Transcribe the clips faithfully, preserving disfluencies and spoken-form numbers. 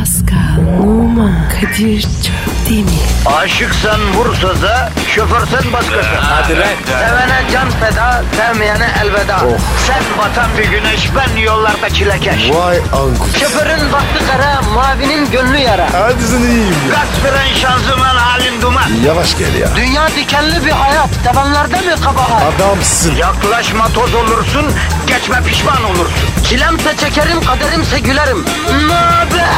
Pascal, Oman, Kadir çok değil mi? Aşıksan vursa da, şoförsen başkasın. Hadi lan. Sevene can feda, sevmeyene elveda. Oh. Sen batan bir güneş, ben yollarda çilekeş. Vay anku. Şoförün baktı kara, mavinin gönlü yara. Hadi sen iyiyim ya. Kasperen şanzıman halin duman. Yavaş gel ya. Dünya dikenli bir hayat, sevenlerde mi kabahar? Adamsın. Yaklaşma toz olursun, geçme pişman olursun. Çilemse çekerim, kaderimse gülerim. Möber!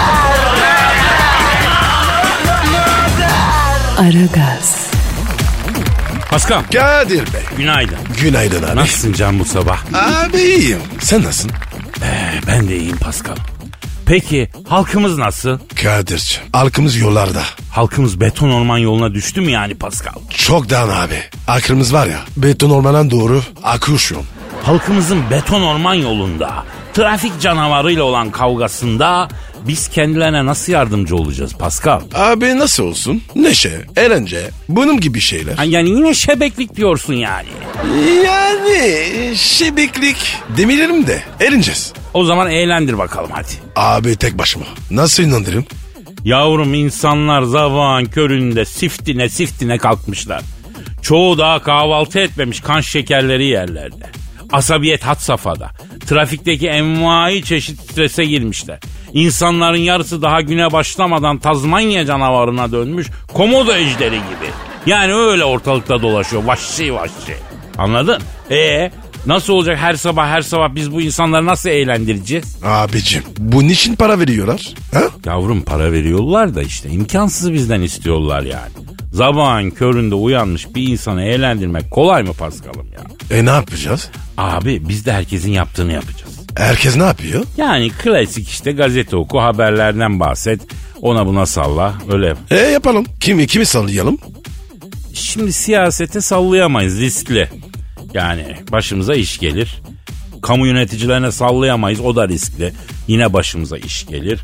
Aragaz, Pascal, Kadir Bey. günaydın. Günaydın abi. Nasılsın can bu sabah? Abi iyiyim. Sen nasılsın? Ee, ben de iyiyim Pascal. Peki halkımız nasıl? Kadir'cim. Halkımız yollarda. Halkımız beton orman yoluna düştü mü yani Pascal? Çoktan abi. Aklımız var ya. Beton ormana doğru akış yol. Halkımızın beton orman yolunda, trafik canavarıyla olan kavgasında biz kendilerine nasıl yardımcı olacağız Pascal? Abi nasıl olsun? Neşe, eğlence, bunun gibi şeyler. Ha, yani yine şebeklik diyorsun yani. Yani şebeklik demeyelim de erineceğiz. O zaman eğlendir bakalım hadi. Abi tek başıma. Nasıl inandırayım? Yavrum insanlar zavağın köründe siftine siftine kalkmışlar. Çoğu daha kahvaltı etmemiş kan şekerleri yerlerde. Asabiyet had safhada. Trafikteki envai çeşit strese girmişler. İnsanların yarısı daha güne başlamadan Tazmanya canavarına dönmüş komodo ejderi gibi. Yani öyle ortalıkta dolaşıyor vahşi vahşi. Anladın? Ee nasıl olacak her sabah her sabah biz bu insanları nasıl eğlendireceğiz? Abicim bunun için para veriyorlar. Ha? Yavrum para veriyorlar da işte imkansız bizden istiyorlar yani. Sabahın köründe uyanmış bir insanı eğlendirmek kolay mı Paskal'ım ya? E ne yapacağız? Abi biz de herkesin yaptığını yapacağız. Herkes ne yapıyor? Yani klasik işte gazete oku, haberlerden bahset, ona buna salla, öyle. E yapalım. Kimi kimi sallayalım? Şimdi siyasete sallayamayız, riskli. Yani başımıza iş gelir. Kamu yöneticilerine sallayamayız, o da riskli. Yine başımıza iş gelir.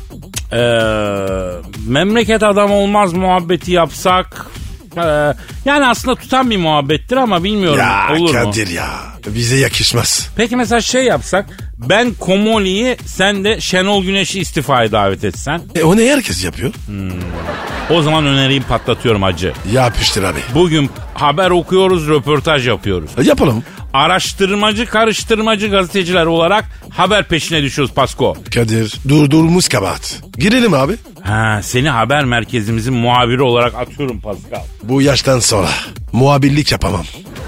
Ee, memleket adam olmaz muhabbeti yapsak... Ee, yani aslında tutan bir muhabbettir ama bilmiyorum Ya olur mu? Kadir ya bize yakışmaz. Peki mesela şey yapsak, ben Komoli'yi sen de Şenol Güneş'i istifaya davet etsen. E o ne herkes yapıyor? Hmm. O zaman öneriyi patlatıyorum hacı. Yapıştır abi. Bugün haber okuyoruz, röportaj yapıyoruz. E, yapalım. Araştırmacı, karıştırmacı gazeteciler olarak haber peşine düşüyoruz Pasko. Kadir durdurumuz kabahat. Girelim abi. Ha, seni haber merkezimizin muhabiri olarak atıyorum Pascal. Bu yaştan sonra muhabirlik yapamam.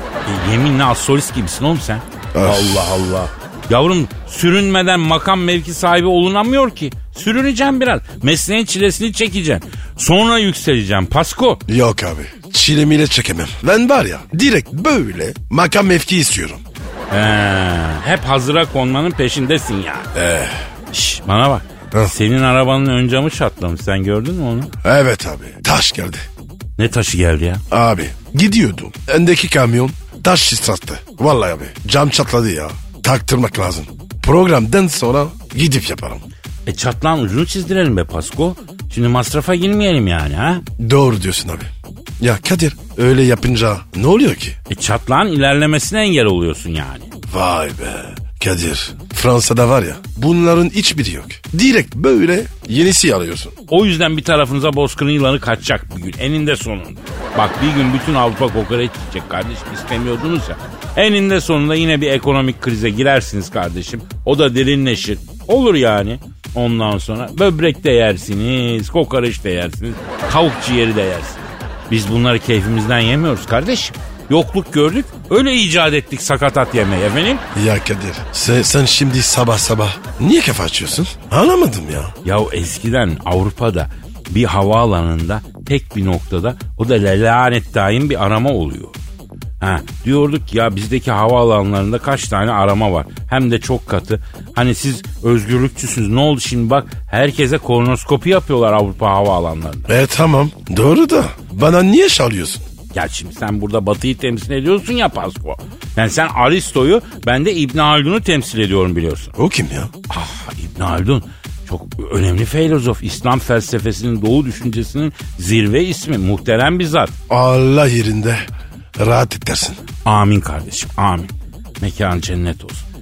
E, yeminle asolist gibisin oğlum sen. Öf. Allah Allah. Yavrum sürünmeden makam mevki sahibi olunamıyor ki. Sürüneceğim biraz. Mesleğin çilesini çekeceğim. Sonra yükseleceğim Pasko. Yok abi. Çilemiyle çekemem. Ben var ya direkt böyle makam mevki istiyorum. He, hep hazıra konmanın peşindesin yani. Eh. Şş, bana bak. Hı. Senin arabanın ön camı çatlamış. Sen gördün mü onu? Evet abi. Taş geldi. Ne taşı geldi ya? Abi gidiyordum. Öndeki kamyon taş çıtlattı. Vallahi abi cam çatladı ya. Taktırmak lazım. Programdan sonra gidip yaparım. E çatlağın ucunu çizdirelim be Pasko. Şimdi masrafa girmeyelim yani ha? Doğru diyorsun abi. Ya Kadir öyle yapınca ne oluyor ki? E çatlağın ilerlemesine engel oluyorsun yani. Vay be Kadir. Fransa'da var ya bunların hiçbiri yok. Direkt böyle yenisi alıyorsun. O yüzden bir tarafınıza bozkırın yılanı kaçacak bir gün. Eninde sonunda. Bak bir gün bütün Avrupa kokoreç yiyecek kardeşim, istemiyordunuz ya. Eninde sonunda yine bir ekonomik krize girersiniz kardeşim. O da derinleşir. Olur yani. Ondan sonra böbrek de yersiniz, kokoreç de yersiniz, tavuk ciğeri de yersiniz. Biz bunları keyfimizden yemiyoruz kardeşim. Yokluk gördük, öyle icat ettik sakatat yemeği efendim. Ya Kadir sen, sen şimdi sabah sabah niye kafa açıyorsun? Anlamadım ya. Ya eskiden Avrupa'da bir havaalanında tek bir noktada o da lanet daim bir arama oluyor. Ha, diyorduk ya bizdeki havaalanlarında kaç tane arama var. Hem de çok katı. Hani siz özgürlükçüsünüz. Ne oldu şimdi bak herkese kolonoskopi yapıyorlar Avrupa havaalanlarında. E tamam doğru da bana niye çalıyorsun? Ya şimdi sen burada Batı'yı temsil ediyorsun ya Pasko. Yani sen Aristo'yu ben de İbn Haldun'u temsil ediyorum biliyorsun. O kim ya? Ah İbn Haldun çok önemli filozof. İslam felsefesinin doğu düşüncesinin zirve ismi. Muhterem bir zat. Allah yerinde rahat et dersin. Amin kardeşim amin. Mekan cennet olsun.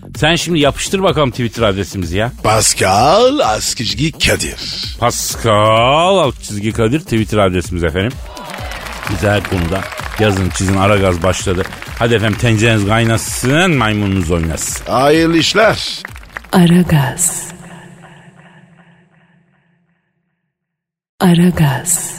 Sen şimdi yapıştır bakalım Twitter adresimizi ya. Pascal Askizgi Kadir. Pascal alt çizgi Kadir Twitter adresimiz efendim. Güzel konuda yazın çizin Aragaz başladı. Hadi efendim tencereniz kaynasın, maymununuz oynasın. Hayırlı işler. Aragaz. Aragaz.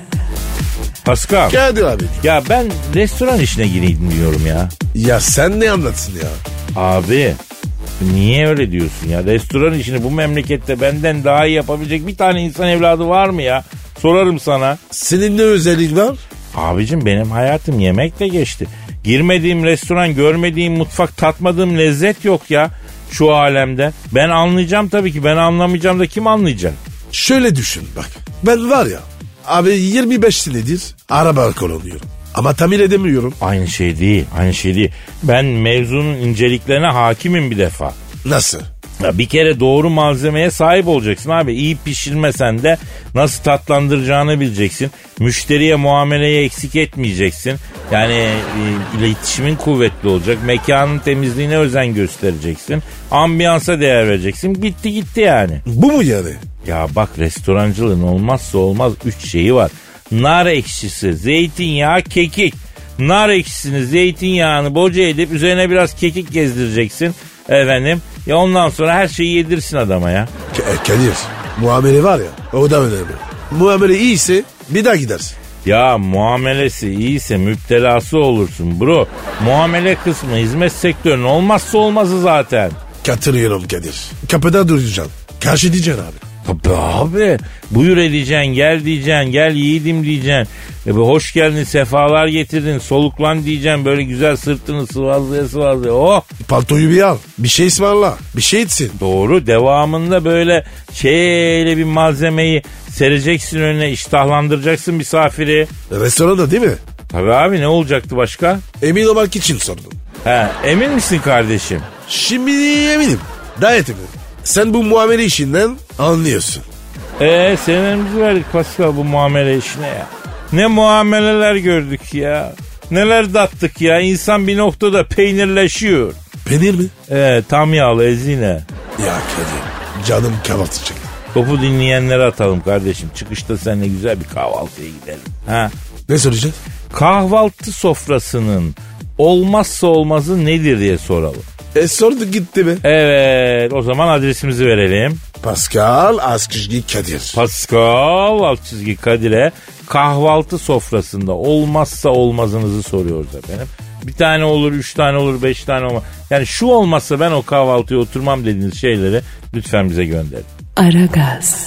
Pascal. Kadir abi. Ya ben restoran işine gireyim diyorum ya. Ya sen ne anlatsın ya? Abi niye öyle diyorsun ya? Restoran işini bu memlekette benden daha iyi yapabilecek bir tane insan evladı var mı ya? Sorarım sana. Senin ne özellik var? Abicim benim hayatım yemekle geçti. Girmediğim restoran, görmediğim mutfak, tatmadığım lezzet yok ya şu alemde. Ben anlayacağım tabii ki. Ben anlamayacağım da kim anlayacak? Şöyle düşün bak. Ben var ya abi yirmi beş senedir araba kullanıyorum. Ama tamir edemiyorum. Aynı şey değil, aynı şey değil. Ben mevzunun inceliklerine hakimim bir defa. Nasıl? Ya bir kere doğru malzemeye sahip olacaksın abi. İyi pişirmesen de nasıl tatlandıracağını bileceksin. Müşteriye muameleyi eksik etmeyeceksin. Yani e, iletişimin kuvvetli olacak. Mekanın temizliğine özen göstereceksin. Ambiyansa değer vereceksin. Bitti gitti yani. Bu mu yani? Ya bak restorancılığın olmazsa olmaz üç şeyi var. Nar ekşisi, zeytinyağı, kekik. Nar ekşisini, zeytinyağını boca edip üzerine biraz kekik gezdireceksin. Efendim ya ondan sonra her şeyi yedirsin adama ya. K- Kadir muamele var ya o da önemli. Muamele iyiyse bir daha gidersin. Ya muamelesi iyiyse müptelası olursun bro. Muamele kısmı hizmet sektörünün olmazsa olmazı zaten. Katılıyorum Kadir. Kapıda duracaksın. Karşı diyeceksin abi. Tabii abi. Buyur edeceksin, gel diyeceksin, gel yiğidim diyeceksin. E be, hoş geldin, sefalar getirdin, soluklan diyeceksin. Böyle güzel sırtını sıvazlaya sıvazlaya. Oh! Paltoyu bir al. Bir şey ısmarla. Bir şey etsin. Doğru. Devamında böyle şeyle bir malzemeyi sereceksin önüne, iştahlandıracaksın misafiri. Restoranda değil mi? Tabii abi ne olacaktı başka? Emin olmak için sordum. He, emin misin kardeşim? Şimdi eminim. Gayet eminim. Sen bu muamele işinden anlıyorsun. Eee senelerimizi verdik Pascal bu muamele işine ya. Ne muameleler gördük ya. Neler dattık ya. İnsan bir noktada peynirleşiyor. Peynir mi? Eee tam yağlı ezine. Ya Kadir canım kahvaltı çekti. Topu dinleyenlere atalım kardeşim. Çıkışta seninle güzel bir kahvaltıya gidelim. Ha? Ne soracağız? Kahvaltı sofrasının olmazsa olmazı nedir diye soralım. E sorduk gitti mi? Evet o zaman adresimizi verelim. Pascal Askizgi Kadir. Pascal alt çizgi Kadir'e kahvaltı sofrasında olmazsa olmazınızı soruyoruz efendim. Bir tane olur, üç tane olur, beş tane olmaz. Yani şu olmazsa ben o kahvaltıya oturmam dediğiniz şeyleri lütfen bize gönderin. Aragaz.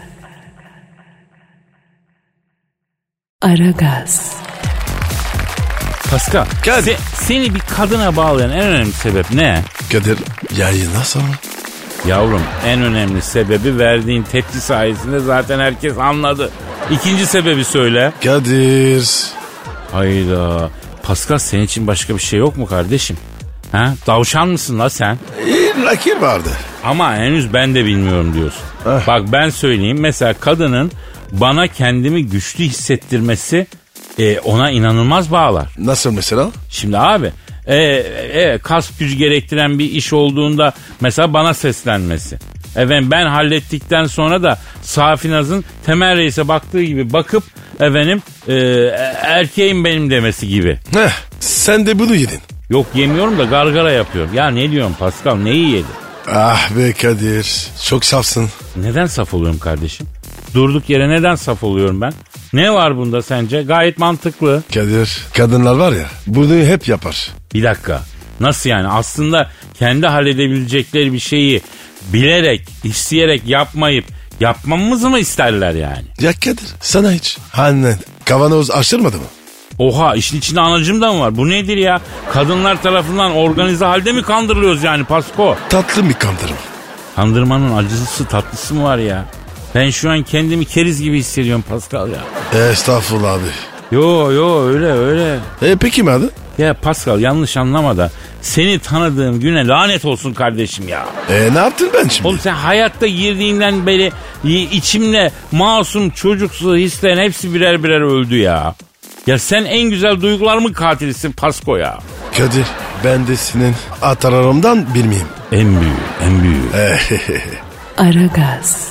Aragaz. Pascal, Kadir. se- seni bir kadına bağlayan en önemli sebep ne? Kadir yayına sonra. Yavrum en önemli sebebi verdiğin tepki sayesinde zaten herkes anladı. İkinci sebebi söyle. Kadir. Hayda. Pascal senin için başka bir şey yok mu kardeşim? Ha? Tavşan mısın la sen? İlla ki vardı. Ama henüz ben de bilmiyorum diyorsun. Eh. Bak ben söyleyeyim mesela kadının bana kendimi güçlü hissettirmesi e, ona inanılmaz bağlar. Nasıl mesela? Şimdi abi e, e, kas gücü gerektiren bir iş olduğunda mesela bana seslenmesi. Efendim ben hallettikten sonra da Safinaz'ın Temel Reis'e baktığı gibi bakıp efendim e, erkeğim benim demesi gibi. Heh, sen de bunu yedin. Yok yemiyorum da gargara yapıyorum. Ya ne diyorsun Pascal neyi yedi? Ah be Kadir çok safsın. Neden saf oluyorum kardeşim? Durduk yere neden saf oluyorum ben? Ne var bunda sence? Gayet mantıklı. Kadir kadınlar var ya bunu hep yapar. Bir dakika. Nasıl yani? Aslında kendi halledebilecekleri bir şeyi bilerek, isteyerek yapmayıp yapmamızı mı isterler yani? Ya Kadir sana hiç annen kavanoz aşırmadı mı? Oha işin içinde anacım da mı var? Bu nedir ya? Kadınlar tarafından organize halde mi kandırılıyoruz yani Pasko? Tatlı bir kandırım. Kandırmanın acısı tatlısı mı var ya? Ben şu an kendimi keriz gibi hissediyorum Pascal ya. Estağfurullah abi. Yo yo öyle öyle. E peki mi adı? Ya Pascal yanlış anlama da seni tanıdığım güne lanet olsun kardeşim ya. E ne yaptın ben şimdi? Oğlum sen hayatta girdiğinden beri içimle masum çocuksu hislerin hepsi birer birer öldü ya. Ya sen en güzel duygularımın katilisin Pasko ya. Kadir ben de senin atalarımdan bilmeyeyim. En büyüğü, en büyüğü. Aragaz.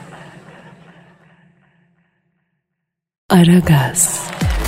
Aragaz.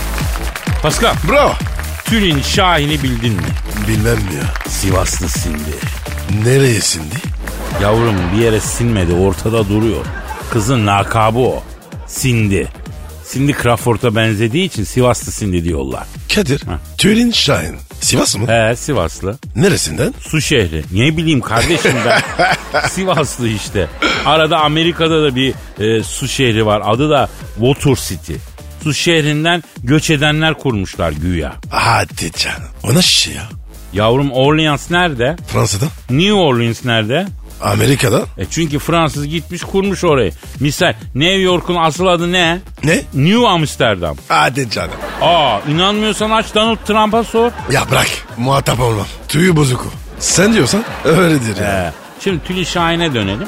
Pascal, Bro. Tülin Şahin'i bildin mi? Bilmem mi ya. Sivaslı sindi. Nereye sindi? Yavrum bir yere sinmedi, ortada duruyor. Kızın lakabı o. Sindi. Cindy Crawford'a benzediği için Sivaslı Cindy diyorlar. Kadir. Tülin Şahin. Sivas mı? He, Sivaslı. Neresinden? Su şehri. Ne bileyim kardeşim ben. Sivaslı işte. Arada Amerika'da da bir e, su şehri var. Adı da Water City. Su şehrinden göç edenler kurmuşlar güya. Hadi canım. O nasıl şey ya? Yavrum Orleans nerede? Fransa'da? New Orleans nerede? Amerika'da? E çünkü Fransız gitmiş kurmuş orayı. Misal New York'un asıl adı ne? Ne? New Amsterdam. Hadi canım. Aa inanmıyorsan aç Donald Trump'a sor. Ya bırak. Muhatap olmam. Tüyü bozuk o. Sen diyorsan öyledir ya. Ee, şimdi Tülin Şahin'e dönelim.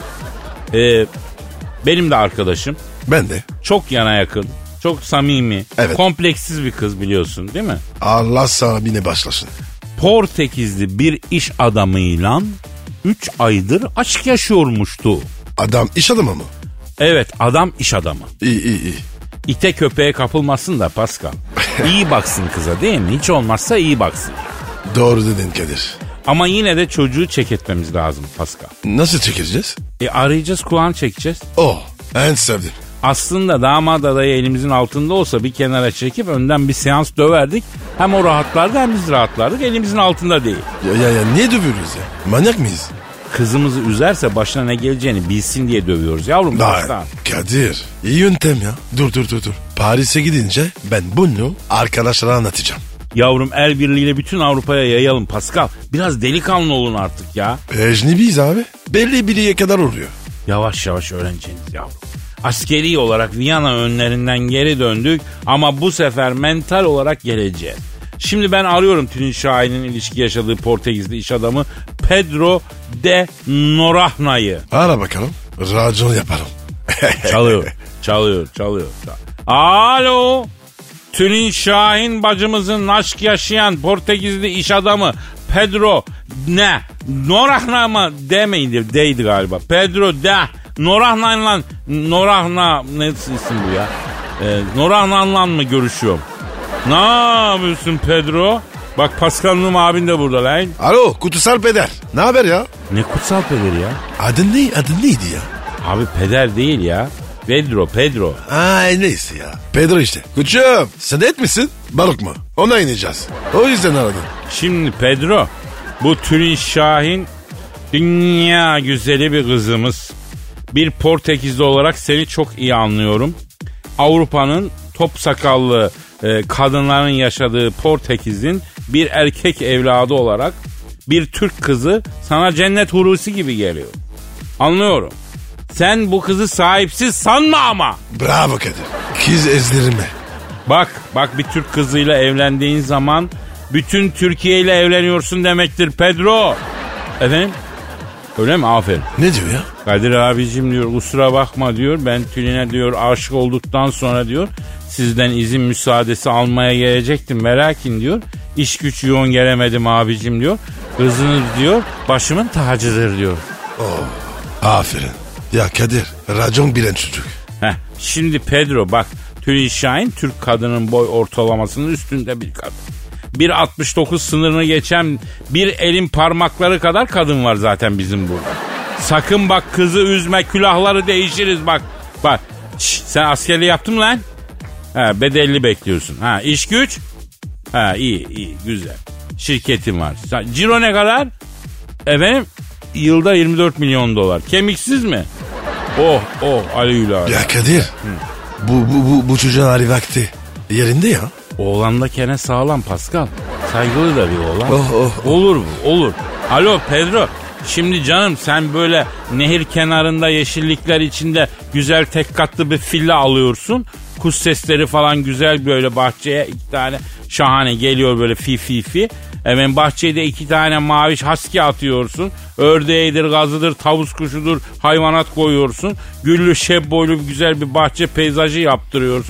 Ee, benim de arkadaşım. Ben de. Çok yana yakın. Çok samimi. Evet. Kompleksiz bir kız biliyorsun değil mi? Allah sana bine başlasın. Portekizli bir iş adamıyla üç aydır aşk yaşıyormuştu. Adam iş adamı mı? Evet adam iş adamı. İyi iyi iyi. İte köpeğe kapılmasın da Pascal. İyi baksın kıza değil mi? Hiç olmazsa iyi baksın. Doğru dedin Kadir. Ama yine de çocuğu çek etmemiz lazım Pascal. Nasıl çekeceğiz? E arayacağız, kulağını çekeceğiz. Oh, en sevdim. Aslında damat adayı elimizin altında olsa bir kenara çekip önden bir seans döverdik. Hem o rahatlardı hem biz rahatlardık. Elimizin altında değil. Ya ya, ya niye dövüyoruz ya? Manyak mıyız? Kızımızı üzerse başına ne geleceğini bilsin diye dövüyoruz yavrum. Daha, Kadir iyi yöntem ya. Dur dur dur dur. Paris'e gidince ben bunu arkadaşlara anlatacağım. Yavrum el birliğiyle bütün Avrupa'ya yayalım Pascal. Biraz delikanlı olun artık ya. Ecnebiyiz abi. Belli biriye kadar oluyor. Yavaş yavaş öğreneceğiz yavrum. Askeri olarak Viyana önlerinden geri döndük ama bu sefer mental olarak geleceğiz. Şimdi ben arıyorum Tülin Şahin'in ilişki yaşadığı Portekizli iş adamı Pedro de Norahna'yı. Ara bakalım. Racon yaparım. Çalıyor, çalıyor, çalıyor. Alo. Tülin Şahin bacımızın aşk yaşayan Portekizli iş adamı Pedro ne? Norahna mı? Demeydi, deydi galiba. Pedro de Norahna'yla Norahna ne isim bu ya? Ee, Norahna'yla mı görüşüyorum? Ne yapıyorsun Pedro? Bak Pascal'ın abin de burada lan. Alo kutsal peder. Ne haber ya? Ne kutsal pederi ya? Adın ne? Adın neydi ya? Abi peder değil ya. Pedro, Pedro. Ay neyse ya. Pedro işte. Kuçum sen et misin? Balık mı? Ona ineceğiz. O yüzden aradım. Şimdi Pedro, bu Tülin Şahin dünya güzeli bir kızımız. Bir Portekizli olarak seni çok iyi anlıyorum. Avrupa'nın top sakallı e, kadınların yaşadığı Portekiz'in bir erkek evladı olarak bir Türk kızı sana cennet hurusi gibi geliyor. Anlıyorum. Sen bu kızı sahipsiz sanma ama. Bravo Kadir. Kız ezdirme. Bak, bak bir Türk kızıyla evlendiğin zaman bütün Türkiye ile evleniyorsun demektir Pedro. Efendim? Öyle mi? Aferin. Ne diyor ya? Kadir abicim diyor kusura bakma diyor. Ben Tülin'e diyor aşık olduktan sonra diyor sizden izin müsaadesi almaya gelecektim merakin diyor. İş güç yoğun gelemedim abicim diyor. Kızınız diyor başımın tacıdır diyor. Oh, aferin. Ya Kadir racon bilen çocuk. Heh, şimdi Pedro bak Tülin Şahin Türk kadının boy ortalamasının üstünde bir kadın. bir altmış dokuz sınırını geçen bir elin parmakları kadar kadın var zaten bizim burada. Sakın bak kızı üzme külahları değişiriz bak. Bak şş, sen askerliği yaptın mı lan? Ha, bedelli bekliyorsun. Ha, iş güç? Ha, iyi iyi güzel. Şirketin var. Ciro ne kadar? Efendim? Yılda yirmi dört milyon dolar. Kemiksiz mi? Oh oh Ali abi. Ya Kadir. Hı. Bu, bu, bu, bu çocuğun hali vakti yerinde ya. Oğlan da kene sağlam Pascal. Saygılı da bir oğlan. Oh, oh, oh. Olur bu olur. Alo Pedro. Şimdi canım sen böyle nehir kenarında yeşillikler içinde güzel tek katlı bir villa alıyorsun. Kuş sesleri falan güzel böyle bahçeye iki tane şahane geliyor böyle fi fi fi. Hemen bahçede iki tane maviş husky atıyorsun. Ördeğidir, gazıdır, tavus kuşudur, hayvanat koyuyorsun. Güllü şeb boylu güzel bir bahçe peyzajı yaptırıyorsun.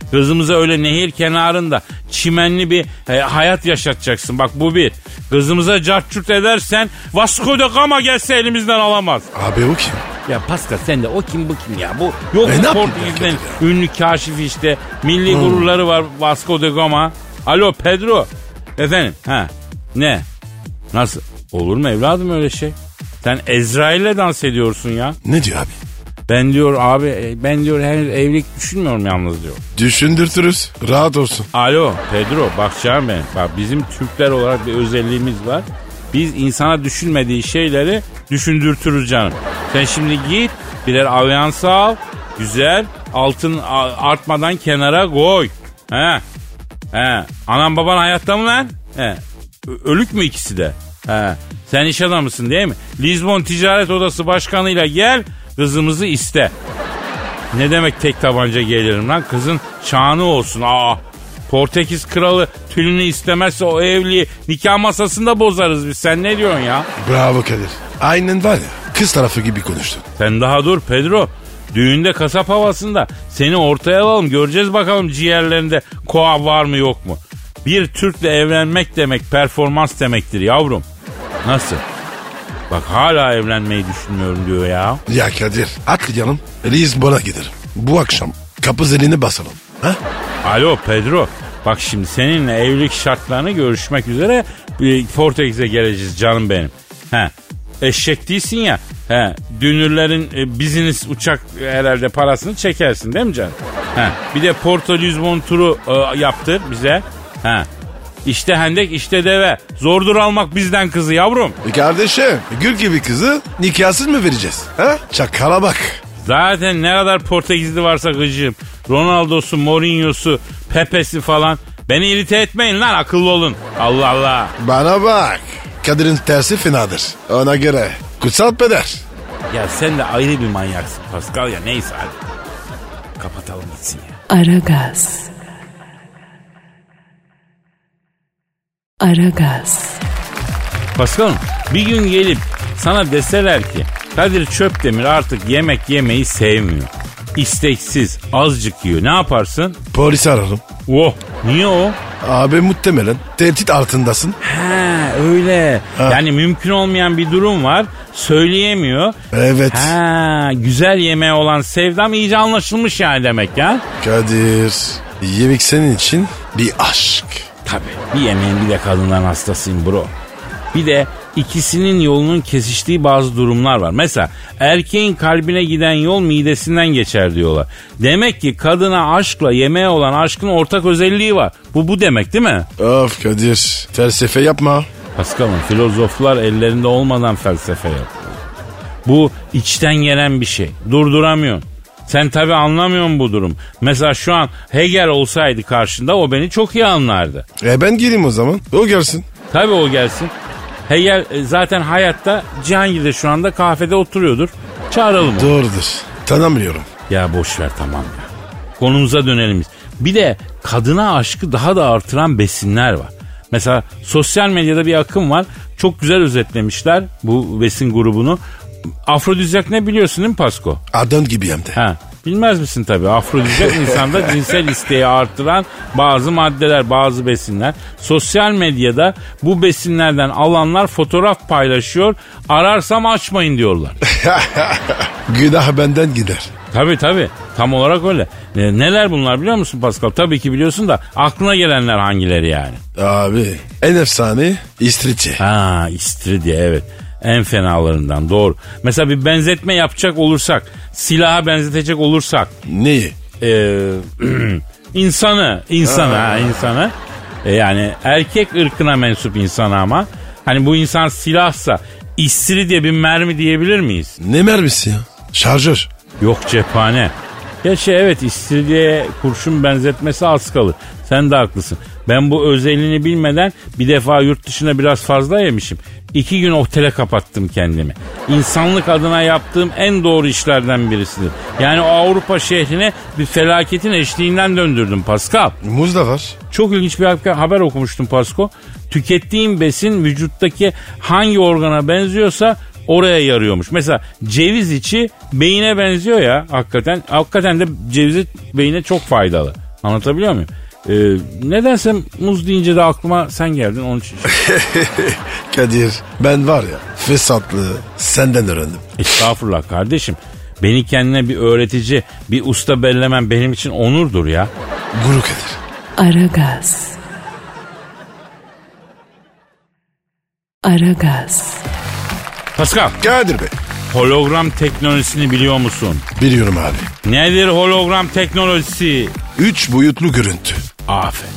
Kızımıza öyle nehir kenarında çimenli bir e, hayat yaşatacaksın. Bak bu bir. Kızımıza cartçurt edersen Vasco da Gama gelse elimizden alamaz. Abi o kim? Ya Pascal sen de o kim bu kim ya? Bu yok E, mu ne yapayım Portekiz'den ya? ünlü kaşif işte. Milli hmm. gururları var Vasco da Gama. Alo Pedro. Efendim ha ne? Nasıl? Olur mu evladım öyle şey? Sen Ezrail'le dans ediyorsun ya. Ne diyor abi? Ben diyor abi ben diyor henüz evlilik düşünmüyorum yalnız diyor. Düşündürtürüz. Rahat olsun. Alo Pedro bak canım benim. Bak bizim Türkler olarak bir özelliğimiz var. Biz insana düşünmediği şeyleri düşündürtürüz canım. Sen şimdi git birer alyans al. Güzel altın artmadan kenara koy. He. He. Anam baban hayatta mı lan? He. Ölük mü ikisi de? He. Sen iş adamısın değil mi? Lizbon Ticaret Odası Başkanı'yla gel kızımızı iste. Ne demek tek tabanca gelirim lan? Kızın şanı olsun. Aa. Portekiz kralı tülünü istemezse o evliliği nikah masasında bozarız biz. Sen ne diyorsun ya? Bravo Kadir. Aynen var ya kız tarafı gibi konuştun. Sen daha dur Pedro. Düğünde kasap havasında seni ortaya alalım. Göreceğiz bakalım ciğerlerinde koa var mı yok mu? Bir Türk'le evlenmek demek performans demektir yavrum. Nasıl? Bak hala evlenmeyi düşünmüyorum diyor ya. Ya Kadir atlayalım Lisbon'a giderim. Bu akşam kapı zilini basalım. Ha? Alo Pedro. Bak şimdi seninle evlilik şartlarını görüşmek üzere Portekiz'e geleceğiz canım benim. He. Eşek değilsin ya. He. Dünürlerin e, business uçak herhalde parasını çekersin değil mi canım? He. Bir de Porto Lisbon turu e, yaptır bize. He. İşte hendek işte deve. Zordur almak bizden kızı yavrum. E kardeşim gül gibi kızı nikahsız mı vereceğiz? Ha? Çakala bak. Zaten ne kadar Portekizli varsa gıcığım. Ronaldo'su, Mourinho'su, Pepe'si falan. Beni irite etmeyin lan akıllı olun. Allah Allah. Bana bak. Kadir'in tersi fenadır. Ona göre kutsal peder. Ya sen de ayrı bir manyaksın Pascal ya. Neyse hadi. Kapatalım gitsin ya. Aragaz. Aragaz. Pascal bir gün gelip sana deseler ki Kadir Çöpdemir artık yemek yemeyi sevmiyor. İsteksiz, azıcık yiyor. Ne yaparsın? Polisi ararım. Oh, niye o? Abi muhtemelen tehdit altındasın. Ha öyle. Ha. Yani mümkün olmayan bir durum var. Söyleyemiyor. Evet. Ha güzel yemeğe olan sevdam iyice anlaşılmış yani demek ya. Kadir, yemek senin için bir aşk. Tabii. Bir yemeğin bir de kadından hastasıyım bro. Bir de ikisinin yolunun kesiştiği bazı durumlar var. Mesela erkeğin kalbine giden yol midesinden geçer diyorlar. Demek ki kadına aşkla yemeğe olan aşkın ortak özelliği var. Bu bu demek değil mi? Of Kadir, felsefe yapma. Pascal'ım filozoflar ellerinde olmadan felsefe yapıyor. Bu içten gelen bir şey. Durduramıyorsun. Sen tabii anlamıyorsun bu durum. Mesela şu an Hegel olsaydı karşında o beni çok iyi anlardı. E ben gireyim o zaman. O gelsin. Tabii o gelsin. Hegel zaten hayatta Cihangir'de şu anda kahvede oturuyordur. Çağıralım onu. Doğrudur. Tanımıyorum. Ya boş ver tamam ya. Konumuza dönelim biz. Bir de kadına aşkı daha da artıran besinler var. Mesela sosyal medyada bir akım var. Çok güzel özetlemişler bu besin grubunu. Afrodizyak ne biliyorsun değil mi Pasko? Adın gibi hem de. Ha, bilmez misin tabii. Afrodizyak insanda cinsel isteği artıran bazı maddeler, bazı besinler. Sosyal medyada bu besinlerden alanlar fotoğraf paylaşıyor. Ararsam açmayın diyorlar. Günah benden gider. Tabii tabii. Tam olarak öyle. E, neler bunlar biliyor musun Pascal? Tabii ki biliyorsun da aklına gelenler hangileri yani? Abi en efsane istiridye. Ha istiridye evet. En fenalarından doğru. Mesela bir benzetme yapacak olursak, silaha benzetecek olursak. Neyi? Ee, insanı, insanı, ha, insanı. E, yani erkek ırkına mensup insanı ama. Hani bu insan silahsa istiridye bir mermi diyebilir miyiz? Ne mermisi ya? Şarjör. Yok cephane. Gerçi evet istiridyeye kurşun benzetmesi az kalır. Sen de haklısın. Ben bu özelliğini bilmeden bir defa yurt dışına biraz fazla yemişim. İki gün otele kapattım kendimi. İnsanlık adına yaptığım en doğru işlerden birisidir. Yani o Avrupa şehrine bir felaketin eşliğinden döndürdüm Pascal. Muz da var. Çok ilginç bir haber okumuştum Pasko. Tükettiğim besin vücuttaki hangi organa benziyorsa oraya yarıyormuş. Mesela ceviz içi beyine benziyor ya hakikaten. Hakikaten de ceviz beyine çok faydalı. Anlatabiliyor muyum? Ee, nedense muz deyince de aklıma sen geldin onun için. Kadir ben var ya fesatlığı senden öğrendim. Estağfurullah kardeşim. Beni kendine bir öğretici, bir usta bellemen benim için onurdur ya. Guru Kadir. Aragaz. Aragaz. Pascal, Kadir Bey. hologram teknolojisini biliyor musun? Biliyorum abi. Nedir hologram teknolojisi? Üç boyutlu görüntü. Aferin.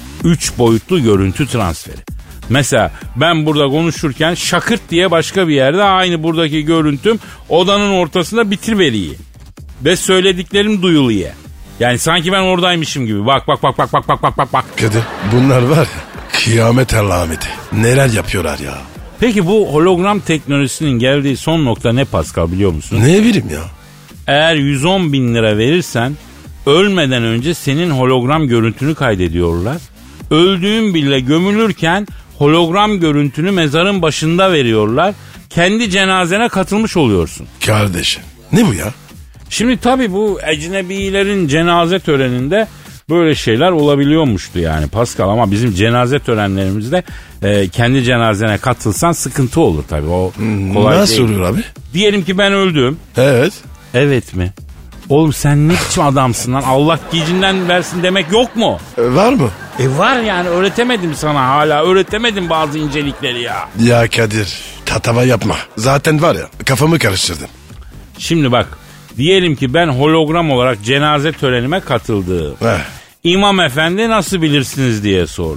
Üç boyutlu görüntü transferi. Mesela ben burada konuşurken şakırt diye başka bir yerde aynı buradaki görüntüm odanın ortasında bitiriveriyor. Ve söylediklerim duyuluyor. Yani sanki ben oradaymışım gibi. Bak bak bak bak bak bak bak bak bak. Kadir bunlar var ya kıyamet alameti. Neler yapıyorlar ya. Peki bu hologram teknolojisinin geldiği son nokta ne Pascal biliyor musun? Ne bileyim ya. Eğer yüz on bin lira verirsen ölmeden önce senin hologram görüntünü kaydediyorlar. Öldüğün bile gömülürken hologram görüntünü mezarın başında veriyorlar. Kendi cenazene katılmış oluyorsun. Kardeşim ne bu ya? Şimdi tabii bu ecnebilerin cenaze töreninde böyle şeyler olabiliyormuştu yani Pascal, ama bizim cenaze törenlerimizde e, kendi cenazene katılsan sıkıntı olur tabii. O kolay Nasıl değil. oluyor abi? Diyelim ki ben öldüm. Evet. Evet mi? Oğlum sen ne biçim adamsın lan? Allah gecinden versin demek yok mu? E, var mı? E var yani, öğretemedim sana hala. Öğretemedim bazı incelikleri ya. Ya Kadir tatava yapma. Zaten var ya kafamı karıştırdım. Şimdi bak, diyelim ki ben hologram olarak cenaze törenime katıldım. Heh. İmam efendi nasıl bilirsiniz diye sordu.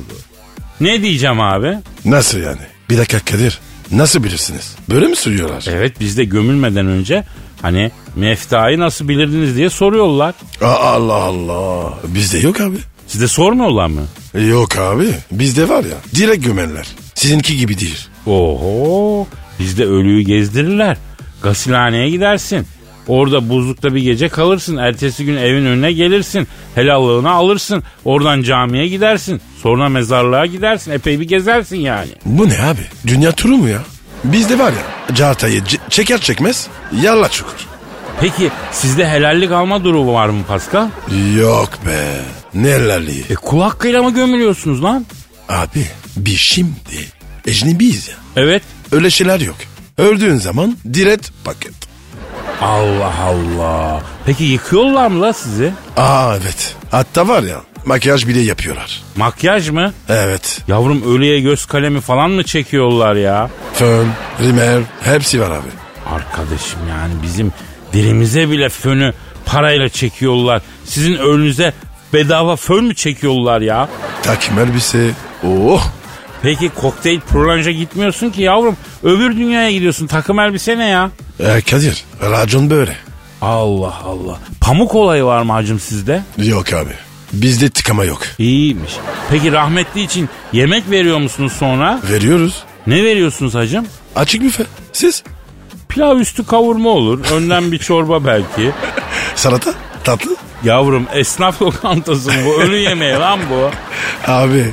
Ne diyeceğim abi? Nasıl yani? Bir dakika Kadir. Nasıl bilirsiniz? Böyle mi söylüyorlar? Evet, bizde gömülmeden önce hani meftayı nasıl bilirdiniz diye soruyorlar. Aa, Allah Allah. Bizde yok abi. Sizde sormuyorlar mı? Yok abi. Bizde var ya direkt gömerler. Sizinki gibi değil. Oho, bizde ölüyü gezdirirler. Gasilhaneye gidersin. Orada buzlukta bir gece kalırsın. Ertesi gün evin önüne gelirsin. Helallığını alırsın. Oradan camiye gidersin. Sonra mezarlığa gidersin. Epey bir gezersin yani. Bu ne abi? Dünya turu mu ya? Bizde var ya cartayı c- çeker çekmez yalla çukur. Peki sizde helallik alma durumu var mı Pascal? Yok be. Nelerliği? E kul hakkıyla mı gömülüyorsunuz lan? Abi biz şimdi ecnebiyiz ya. Evet. Öyle şeyler yok. Öldüğün zaman direkt paket. Allah Allah. Peki yıkıyorlar mı la sizi? Aa evet. Hatta var ya makyaj bile yapıyorlar. Makyaj mı? Evet. Yavrum ölüye göz kalemi falan mı çekiyorlar ya? Fön, rimer hepsi var abi. Arkadaşım yani bizim derimize bile fönü parayla çekiyorlar. Sizin önünüze bedava fön mü çekiyorlar ya? Takım elbise. Oh. Peki kokteyl prolonja gitmiyorsun ki yavrum. Öbür dünyaya gidiyorsun. Takım elbise ne ya? E, Kadir racon böyle. Allah Allah. Pamuk olayı var mı hacım sizde? Yok abi. Bizde tıkama yok. İyiymiş. Peki rahmetli için yemek veriyor musunuz sonra? Veriyoruz. Ne veriyorsunuz hacım? Açık büfe. Siz? Pilav üstü kavurma olur. Önden bir çorba belki. Salata? Tatlı? Yavrum esnaf lokantası mı bu? Ölü yemeği lan bu. Abi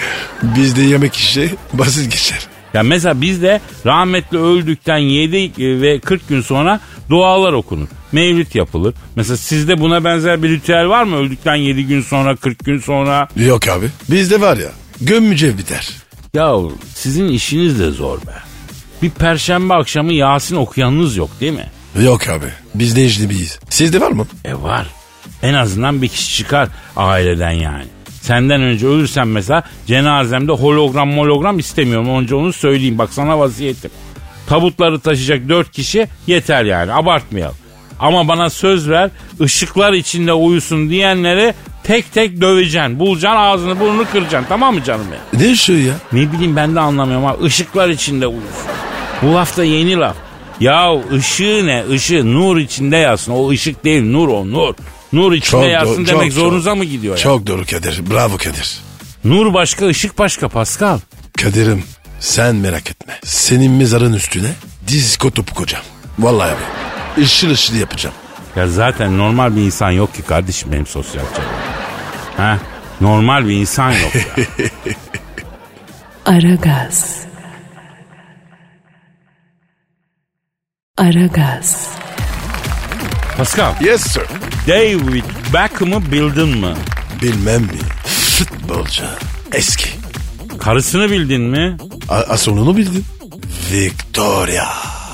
bizde yemek işi basit geçer. Ya mesela bizde rahmetli öldükten yedi ve kırk gün sonra dualar okunur. Mevlüt yapılır. Mesela sizde buna benzer bir ritüel var mı? Öldükten yedi gün sonra, kırk gün sonra. Yok abi. Bizde var ya gömmüce biter. Ya sizin işiniz de zor be. Bir perşembe akşamı Yasin okuyanınız yok değil mi? Yok abi. Biz de ecnebiyiz. Sizde var mı? E var. En azından bir kişi çıkar aileden yani. Senden önce ölürsen mesela cenazemde hologram mologram istemiyorum. Önce onu söyleyeyim. Bak sana vaziyetim. Tabutları taşıyacak dört kişi yeter yani. Abartmayalım. Ama bana söz ver, ışıklar içinde uyusun diyenleri tek tek döveceksin. Bulacaksın, ağzını burnunu kıracaksın. Tamam mı canım ya? Ne ışığı ya? Ne bileyim, ben de anlamıyorum ama ışıklar içinde uyusun. Bu laf da yeni laf. Ya ışığı ne? Işığı nur içinde yatsın. O ışık değil, nur o, nur. Nur içinde Çok yatsın do- demek çok, zorunuza çok. mı gidiyor ya? Çok doğru Kadir. Bravo Kadir. Nur başka, ışık başka Pascal. Kadir'im sen merak etme. Senin mezarın üstüne disko topu koyacağım. Vallahi abi. Işıl ışıl yapacağım. Ya zaten normal bir insan yok ki kardeşim benim sosyal çevremde. Ha? Normal bir insan yok ya. Aragaz. Aragaz. Pascal, Yes sir. David Beckham'ı bildin mi? Bilmem mi? Futbolcu. Eski. Karısını bildin mi? A, a sonunu bildin. Victoria.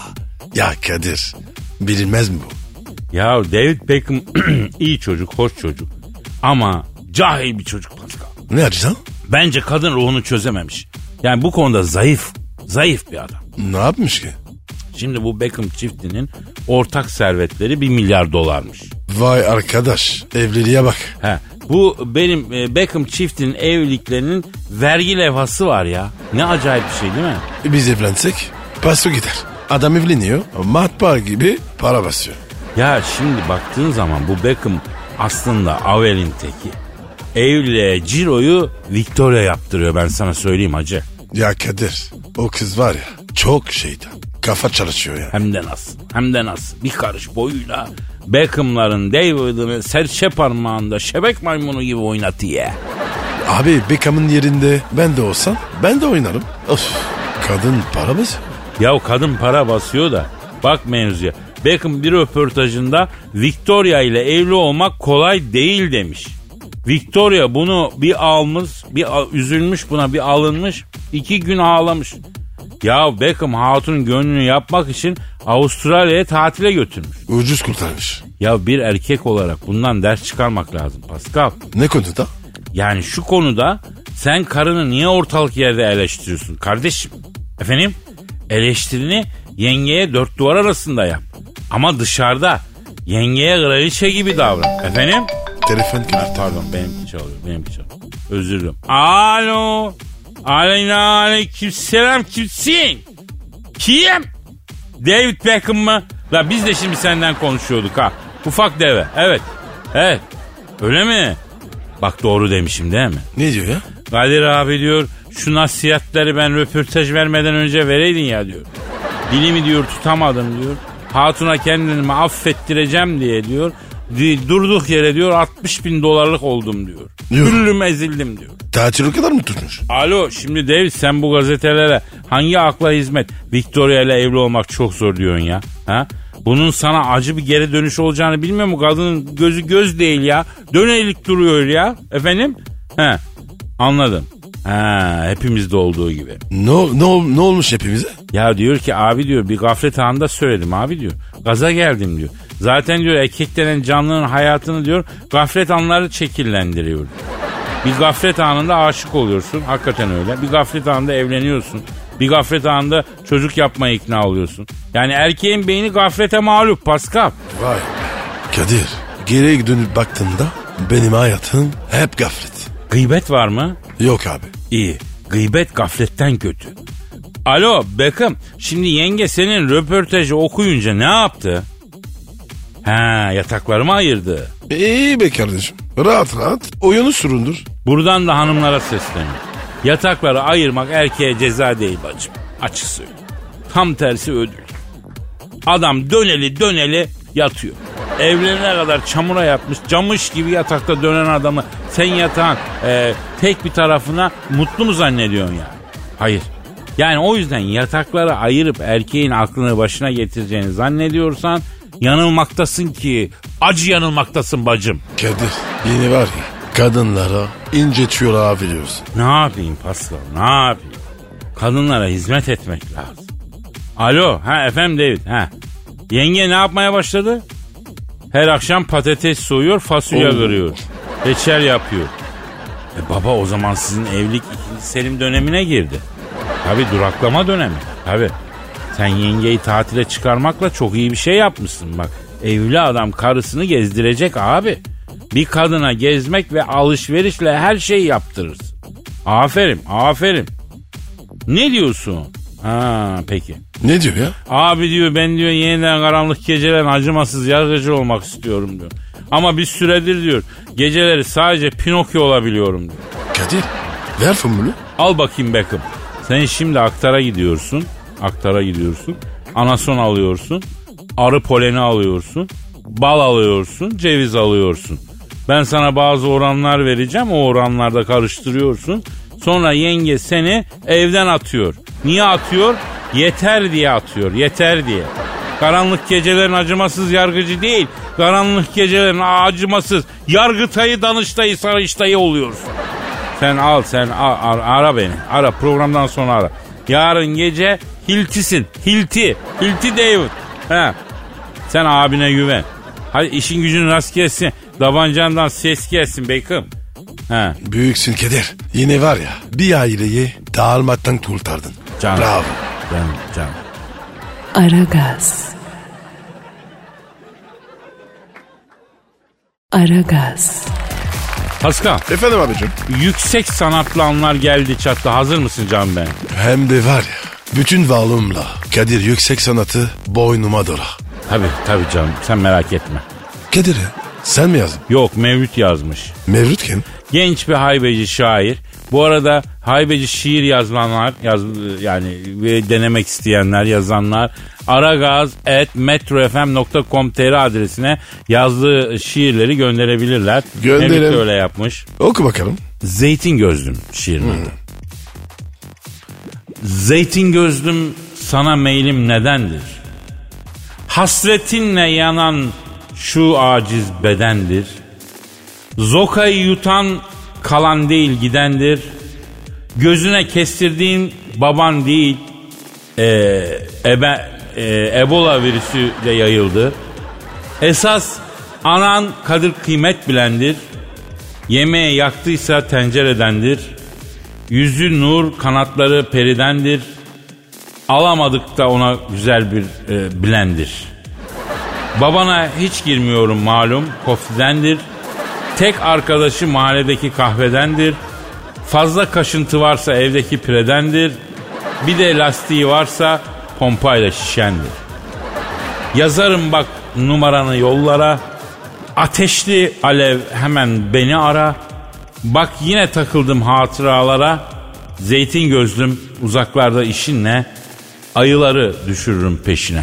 Ya Kadir. Bilinmez mi bu? Ya David Beckham iyi çocuk, hoş çocuk. Ama cahil bir çocuk Pascal. Ne açacaksın? Bence kadın ruhunu çözememiş. Yani bu konuda zayıf, zayıf bir adam. Ne yapmış ki? Şimdi bu Beckham çiftinin ortak servetleri bir milyar dolarmış. Vay arkadaş, evliliğe bak. He, bu benim e, Beckham çiftinin evliliklerinin vergi levhası var ya. Ne acayip bir şey değil mi? Biz evlensek paso gider. Adam evleniyor, matbaa gibi para basıyor. Ya şimdi baktığın zaman bu Beckham aslında Avel'in teki. Evliliğe ciroyu Victoria yaptırıyor, ben sana söyleyeyim hacı. Ya Kadir, o kız var ya çok şeytan. Kafa çalışıyor ya. Hem de nasıl, hem de nasıl. Bir karış boyuyla Beckham'ların David'ını serçe parmağında şebek maymunu gibi oynatıyor. Abi Beckham'ın yerinde ben de olsam ben de oynarım. Of, kadın para mı? Ya kadın para basıyor da bak mevzuya. Beckham bir röportajında Victoria ile evli olmak kolay değil demiş. Victoria bunu bir almış, bir üzülmüş, buna bir alınmış, iki gün ağlamış. Ya Beckham hatunun gönlünü yapmak için Avustralya'ya tatile götürmüş. Ucuz kurtarmış. Ya bir erkek olarak bundan ders çıkarmak lazım Pascal. Ne konuda? Yani şu konuda sen karını niye ortalık yerde eleştiriyorsun kardeşim? Efendim? Eleştirini yengeye dört duvar arasında yap. Ama dışarıda yengeye kraliçe gibi davran. Efendim? Telefon gibi. Pardon benimki çalıyor, benimki çalıyor. Özür dilerim. Alo. Aleyna aleyküm selam, kimsin? Kim? David Beckham mı? La biz de şimdi senden konuşuyorduk ha. Ufak deve. Evet. Evet. Öyle mi? Bak doğru demişim değil mi? Ne diyor ya? Kadir abi diyor şu nasihatleri ben röportaj vermeden önce vereydin ya diyor. Dilimi diyor tutamadım diyor. Hatuna kendimi affettireceğim diye diyor. Durduk yere diyor altmış bin dolarlık oldum diyor. Küllüm ezildim diyor. Tatil o kadar mı tutmuş? Alo şimdi David sen bu gazetelere hangi akla hizmet Victoria ile evli olmak çok zor diyorsun ya? Ha? Bunun sana acı bir geri dönüş olacağını bilmiyor mu? Kadının gözü göz değil ya. Dönelik duruyor ya. Efendim? He. Anladım. Ha, hepimizde olduğu gibi. Ne, ne, ne olmuş hepimize? Ya diyor ki abi diyor bir gaflet anında söyledim abi diyor. Gaza geldim diyor. Zaten diyor erkek denen canlının hayatını diyor gaflet anları şekillendiriyor. Bir gaflet anında aşık oluyorsun. Hakikaten öyle. Bir gaflet anında evleniyorsun. Bir gaflet anında çocuk yapmaya ikna oluyorsun. Yani erkeğin beyni gaflete mağlup Pascal. Vay be. Kadir, geriye dönüp baktığında benim hayatım hep gaflet. Gıybet var mı? Yok abi. İyi. Gıybet gafletten kötü. Alo Beckham. Şimdi yenge senin röportajı okuyunca ne yaptı? Ha, yataklarımı ayırdı. İyi be kardeşim. Rahat rahat oyunu süründür. Buradan da hanımlara sesleniyor. Yatakları ayırmak erkeğe ceza değil bacım. Açık söyleyeyim. Tam tersi ödül. Adam döneli döneli yatıyor. Evlenene kadar çamura yatmış, camış gibi yatakta dönen adamı sen yatağın e, tek bir tarafına mutlu mu zannediyorsun yani? Hayır. Yani o yüzden yatakları ayırıp erkeğin aklını başına getireceğini zannediyorsan yanılmaktasın ki. Acı yanılmaktasın bacım. Kadir yeni var ya kadınlara incetiyorlar biliyorsun. Ne yapayım Pascal ne yapayım? Kadınlara hizmet etmek lazım. Alo ha efendim David ha. Yenge ne yapmaya başladı? Her akşam patates soyuyor fasulye kırıyor. Reçel yapıyor. E baba o zaman sizin evlilik ikinci Selim dönemine girdi. Tabi duraklama dönemi. Tabi. Sen yengeyi tatile çıkarmakla çok iyi bir şey yapmışsın bak. Evli adam karısını gezdirecek abi. Bir kadına gezmek ve alışverişle her şeyi yaptırırsın. Aferin, aferin. Ne diyorsun? Ha peki. Ne diyor ya? Abi diyor ben diyor yeniden karanlık gecelerin acımasız yargıcı olmak istiyorum diyor. Ama bir süredir diyor geceleri sadece Pinokyo olabiliyorum diyor. Kadir ver formülü. Al bakayım Beckham. Sen şimdi aktara gidiyorsun. Aktara gidiyorsun. Anason alıyorsun. Arı poleni alıyorsun. Bal alıyorsun. Ceviz alıyorsun. Ben sana bazı oranlar vereceğim. O oranlarda karıştırıyorsun. Sonra yenge seni evden atıyor. Niye atıyor? Yeter diye atıyor. Yeter diye. Karanlık gecelerin acımasız yargıcı değil. karanlık gecelerin acımasız Yargıtay'ı, Danıştay'ı, Sarıştay'ı oluyorsun. Sen al sen al, ara, ara beni. Ara, programdan sonra ara. Yarın gece Hilti'sin. Hilti. Hilti David. He. Sen abine güven. Hadi işin gücün rast gelsin. Tabancandan ses gelsin beykim. He. Büyüksün Kadir. Yine var ya, bir aileyi dağılmaktan kurtardın. Canım. Bravo. Canım canım. Aragaz. Aragaz. Pascal. Efendim abicim. Yüksek sanatlı anlar geldi çattı. Hazır mısın canım benim? Hem de var ya, bütün varlığımla Kadir yüksek sanatı boynuma dola. Tabii tabii canım, sen merak etme. Kadir ya, sen mi yazdın? Yok, Mevlüt yazmış. Mevlüt kim? Genç bir haybeci şair. Bu arada haybeci şiir yazanlar, yaz, yani denemek isteyenler, yazanlar aragaz at metrofm nokta com nokta tr adresine yazdığı şiirleri gönderebilirler. Gönderelim. Mevlüt öyle yapmış. Oku bakalım. Zeytin gözlüm şiirin adı. Zeytin gözlüm sana meylim nedendir? Hasretinle yanan şu aciz bedendir. Zokayı yutan kalan değil gidendir. Gözüne kestirdiğin baban değil, e, ebe, e, Ebola virüsü de yayıldı. Esas anan kadir kıymet bilendir. Yemeği yaktıysa tenceredendir. Yüzü nur, kanatları peridendir. Alamadık da ona güzel bir e, bilendir. Babana hiç girmiyorum malum, koftidendir. Tek arkadaşı mahalledeki kahvedendir. Fazla kaşıntı varsa evdeki piredendir. Bir de lastiği varsa pompayla şişendir. Yazarım bak numaranı yollara. Ateşli alev hemen beni ara. Bak yine takıldım hatıralara. Zeytin gözlüm uzaklarda işin ne? Ayıları düşürürüm peşine.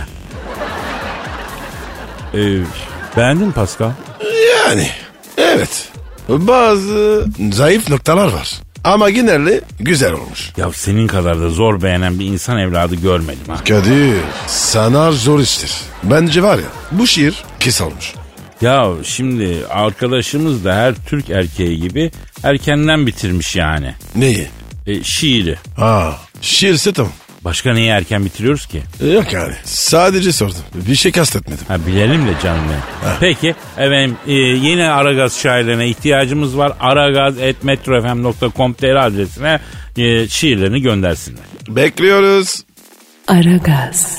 Ee, beğendin mi Pascal? Yani evet. Bazı zayıf noktalar var. Ama genelde güzel olmuş. Ya senin kadar da zor beğenen bir insan evladı görmedim ha. Kadir, sana zor iştir. Bence var ya, bu şiir kes olmuş. Ya şimdi arkadaşımız da her Türk erkeği gibi erkenden bitirmiş yani. Neyi? E, şiiri. Ha, şiirse tamam. Başka neyi erken bitiriyoruz ki? Yok yani. Sadece sordum. Bir şey kastetmedim. Ha, bilelim de canım benim. Peki efendim e, yeni Aragaz şairlerine ihtiyacımız var. aragaz at metrofm nokta com nokta tr adresine e, şiirlerini göndersinler. Bekliyoruz. Aragaz.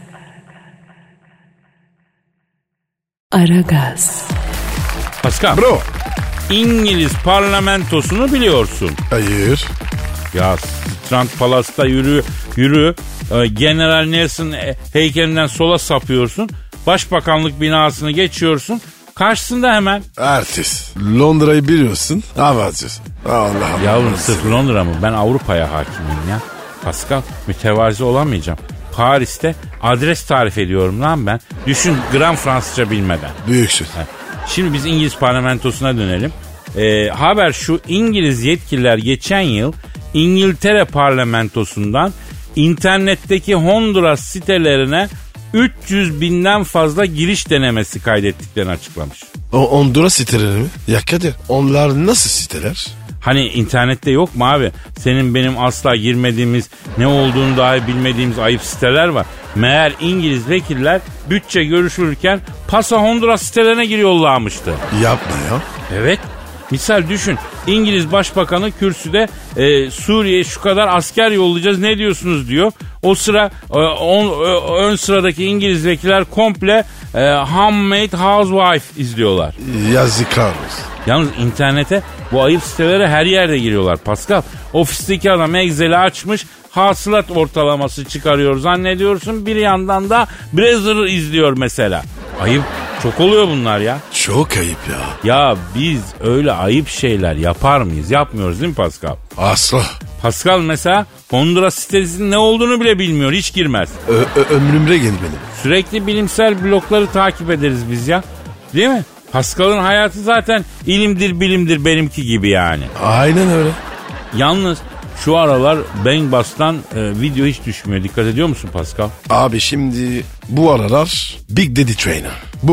Aragaz. Pascal. Bro. İngiliz parlamentosunu biliyorsun. Hayır. Ya Strand Palas'ta yürü yürü e, General Nelson heykelinden sola sapıyorsun. Başbakanlık binasını geçiyorsun. Karşısında hemen. Artist. Londra'yı biliyorsun. Havacız. Allah Allah. Yavrum sırf Londra mı? Ben Avrupa'ya hakimim ya. Pascal, mütevazi olamayacağım. Paris'te adres tarif ediyorum lan ben. Düşün, gram Fransızca bilmeden. Büyüksün. Şimdi biz İngiliz parlamentosuna dönelim. Ee, haber şu, İngiliz yetkililer geçen yıl İngiltere parlamentosundan internetteki Honduras sitelerine üç yüz binden fazla giriş denemesi kaydettiklerini açıklamış. O Honduras siteleri mi? Ya Kadir, onlar nasıl siteler? Hani internette yok mu abi? Senin benim asla girmediğimiz, ne olduğunu dahi bilmediğimiz ayıp siteler var. Meğer İngiliz vekiller bütçe görüşülürken Paso Honduras sitelerine giriyorlarmıştı. Yapma ya. Evet. Misal düşün, İngiliz Başbakanı kürsüde e, Suriye'ye şu kadar asker yollayacağız, ne diyorsunuz diyor. O sıra e, on, e, ön sıradaki İngiliz vekiller komple e, Handmaid Housewife izliyorlar. Yazıklar olsun. Yalnız internete bu ayıp sitelere her yerde giriyorlar Pascal. Ofisteki adam Excel'i açmış, hasılat ortalaması çıkarıyor zannediyorsun, bir yandan da Brazzer izliyor mesela. Ayıp. Çok oluyor bunlar ya. Çok ayıp ya. Ya biz öyle ayıp şeyler yapar mıyız? Yapmıyoruz değil mi Pascal? Asla. Pascal mesela Honduras sitesinin ne olduğunu bile bilmiyor. Hiç girmez. Ö- ö- ömrümde gel benim. Sürekli bilimsel blogları takip ederiz biz ya. Değil mi? Pascal'ın hayatı zaten ilimdir bilimdir benimki gibi yani. Aynen öyle. Yalnız şu aralar Bang Bus'tan e, video hiç düşmüyor. Dikkat ediyor musun Pascal? Abi şimdi bu aralar Big Daddy Trainer. Bu mu da?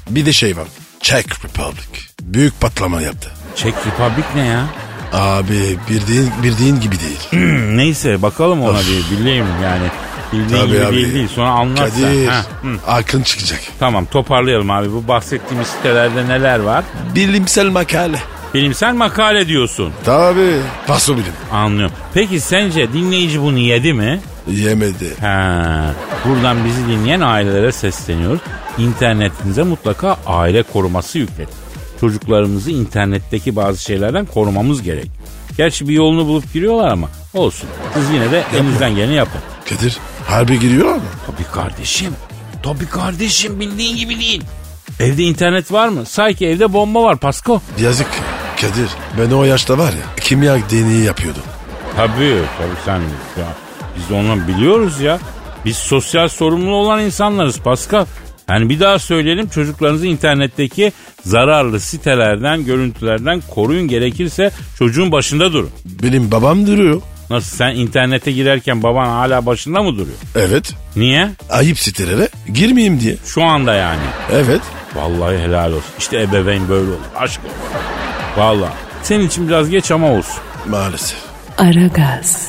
Bir de şey var. Czech Republic. Büyük patlama yaptı. Czech Republic ne ya? Abi bildiğin, bildiğin gibi değil. Neyse bakalım ona bir bileyim yani. Bildiğin Tabii gibi abi. değil değil. Sonra anlat sen. Kadir, Ha, aklın çıkacak. tamam toparlayalım abi. Bu bahsettiğimiz sitelerde neler var? Bilimsel makale. Bilimsel makale diyorsun. Tabii. Paso bilim. Anlıyorum. Peki sence dinleyici bunu yedi mi? Yemedi. Ha, buradan bizi dinleyen ailelere sesleniyoruz. İnternetinize mutlaka aile koruması yükletin. Çocuklarımızı internetteki bazı şeylerden korumamız gerek. Gerçi bir yolunu bulup giriyorlar ama olsun. Siz yine de elinizden geleni yapın. Kadir harbi giriyorlar mı? Tabii kardeşim. Tabii kardeşim bildiğin gibi değil. Evde internet var mı? Sanki evde bomba var Pasko. Yazık. Kadir ben o yaşta var ya kimya deneyi yapıyordum. Tabii tabii sen ya. Biz de onu biliyoruz ya. Biz sosyal sorumlu olan insanlarız Pascal. Yani bir daha söyleyelim, çocuklarınızı internetteki zararlı sitelerden, görüntülerden koruyun, gerekirse çocuğun başında durun. Benim babam duruyor. Nasıl, sen internete girerken baban hala başında mı duruyor? Evet. Niye? Ayıp sitelere girmeyeyim diye. Şu anda yani. Evet. Vallahi helal olsun. İşte ebeveyn böyle olur. Aşk olsun. Vallahi. Senin için biraz geç ama olsun. Maalesef. Aragaz.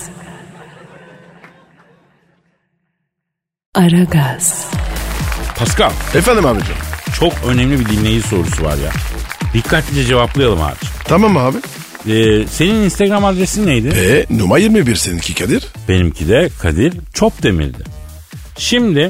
Aragaz. Pascal, Efendim abicim. çok önemli bir dinleyici sorusu var ya. Dikkatlice cevaplayalım abi. Tamam abi. Ee, senin Instagram adresin neydi? E numara yirmi bir seninki Kadir. Benimki de Kadir Çopdemir'di. Şimdi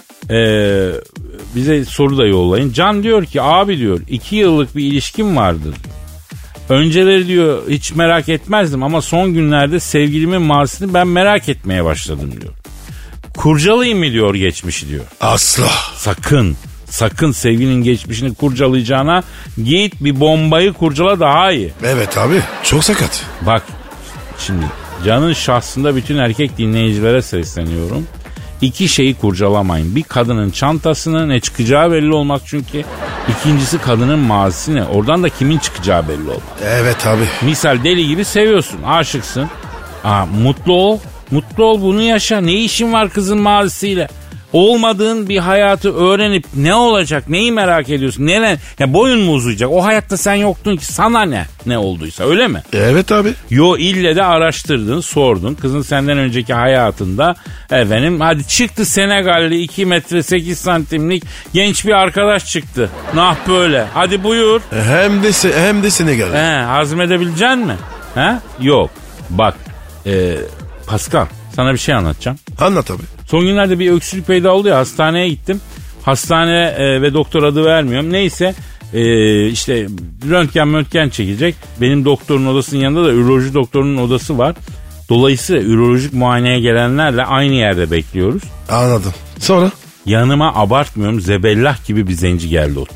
ee, bize soru da yollayın. Can diyor ki abi diyor iki yıllık bir ilişkim vardı. Önceleri diyor hiç merak etmezdim ama son günlerde sevgilimin Mars'ını ben merak etmeye başladım diyor. Kurcalayayım mı diyor geçmişi diyor. Asla. Sakın, sakın sevgilinin geçmişini kurcalayacağına git bir bombayı kurcala daha iyi. Evet abi çok sakat. Bak şimdi Can'ın şahsında bütün erkek dinleyicilere sesleniyorum. İki şeyi kurcalamayın. Bir, kadının çantasını, ne çıkacağı belli olmak çünkü. İkincisi, kadının mazisi ne? Oradan da kimin çıkacağı belli olmak. Evet abi. Misal deli gibi seviyorsun, aşıksın. Aa, mutlu ol, mutlu ol, bunu yaşa. Ne işin var kızın mazisiyle? Olmadığın bir hayatı öğrenip ne olacak, neyi merak ediyorsun? Ne, ya boyun mu uzayacak? O hayatta sen yoktun ki, sana ne ne olduysa, öyle mi? Evet abi. Yo, ille de araştırdın, sordun. Kızın senden önceki hayatında efendim hadi çıktı Senegalli iki metre sekiz santimlik genç bir arkadaş çıktı. Nah böyle. Hadi buyur. Hem de se- hem de Senegal. He, hazmedebilecek mi? He? Yok. Bak e, Pascal, sana bir şey anlatacağım. Anlat abi. Son günlerde bir öksürük peyda oldu ya, hastaneye gittim. Hastane e, ve doktor adı vermiyorum. Neyse e, işte röntgen röntgen çekecek. Benim doktorun odasının yanında da üroloji doktorunun odası var. Dolayısıyla ürolojik muayeneye gelenlerle aynı yerde bekliyoruz. Anladım. Sonra? Yanıma abartmıyorum zebellah gibi bir zenci geldi oturdu.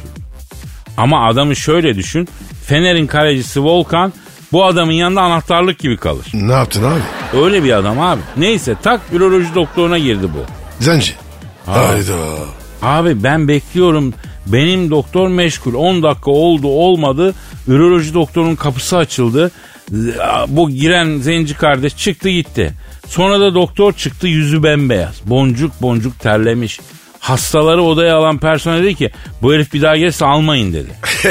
Ama adamı şöyle düşün. Fener'in kalecisi Volkan bu adamın yanında anahtarlık gibi kalır. Ne yaptın abi? Öyle bir adam abi. Neyse tak üroloji doktoruna girdi bu. Zenci. Ha. Hayda. Abi ben bekliyorum. Benim doktor meşgul. on dakika oldu olmadı. Üroloji doktorunun kapısı açıldı. Bu giren zenci kardeş çıktı gitti. Sonra da doktor çıktı, yüzü bembeyaz. Boncuk boncuk terlemiş. Hastaları odaya alan personel dedi ki bu herif bir daha gelirse almayın dedi.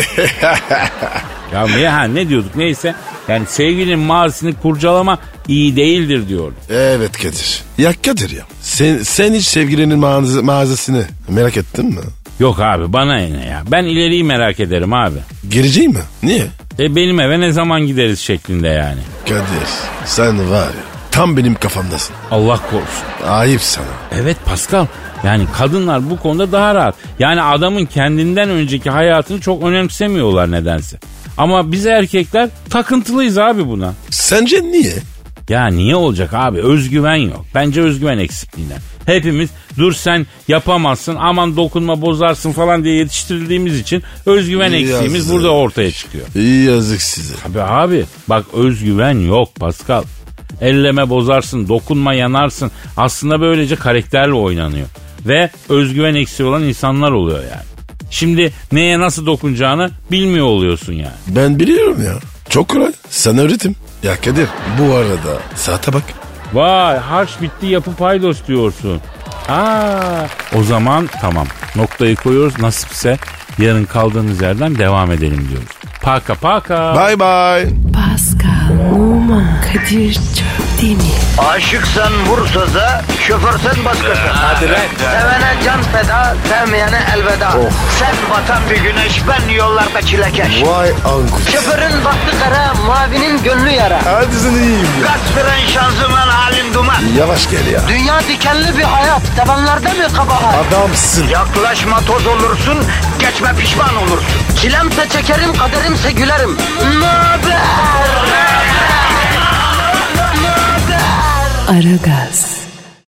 Ya ne, ha, ne diyorduk neyse. Yani sevgilinin mazisini kurcalama iyi değildir diyordu. Evet Kadir. Ya Kadir ya. Sen, sen hiç sevgilinin mağaz- mağazasını merak ettin mi? Yok abi, bana ne ya. Ben ileriyi merak ederim abi. Geleceğim mi? Niye? E benim eve ne zaman gideriz şeklinde yani. Kadir sen var ya tam benim kafamdasın. Allah korusun. Ayıp sana. Evet Pascal. Yani kadınlar bu konuda daha rahat. Yani adamın kendinden önceki hayatını çok önemsemiyorlar nedense. Ama biz erkekler takıntılıyız abi buna. Sence niye? Ya niye olacak abi? Özgüven yok. Bence özgüven eksikliğinden. Hepimiz dur sen yapamazsın, aman dokunma bozarsın falan diye yetiştirildiğimiz için özgüven İyi eksiğimiz yazık. burada ortaya çıkıyor. İyi yazık size. Abi abi bak, özgüven yok Pascal. Elleme bozarsın, dokunma yanarsın. Aslında böylece karakterle oynanıyor. Ve özgüven eksiği olan insanlar oluyor yani. Şimdi neye nasıl dokunacağını bilmiyor oluyorsun yani. Ben biliyorum ya. Çok kolay. Sana öğretim. Ya Kadir bu arada saate bak. Vay, harç bitti yapı paydos diyorsun. Aa, o zaman tamam, noktayı koyuyoruz, nasipse Yarın kaldığımız yerden devam edelim diyoruz. Paka paka. Bye bye. Pascal, Oman, Kadir çok değil mi? Aşıksan vursa da, şoförsen başkasın. Hadi lan. Sevene can feda, sevmeyene elveda. Sen batan bir güneş, ben yollarda çilekeş. Vay anku. Şoförün baktı kara, mavinin gönlü yara. Hadi sen iyiyim ya. Kasperen şanzıman halin duman. Yavaş gel ya. Dünya dikenli bir hayat, sevenlerde mi kabahar? Adamsın. Yaklaşma toz olursun, geçme pişman olursun. Çilemse çekerim, kaderimse gülerim. Möber! Aragaz.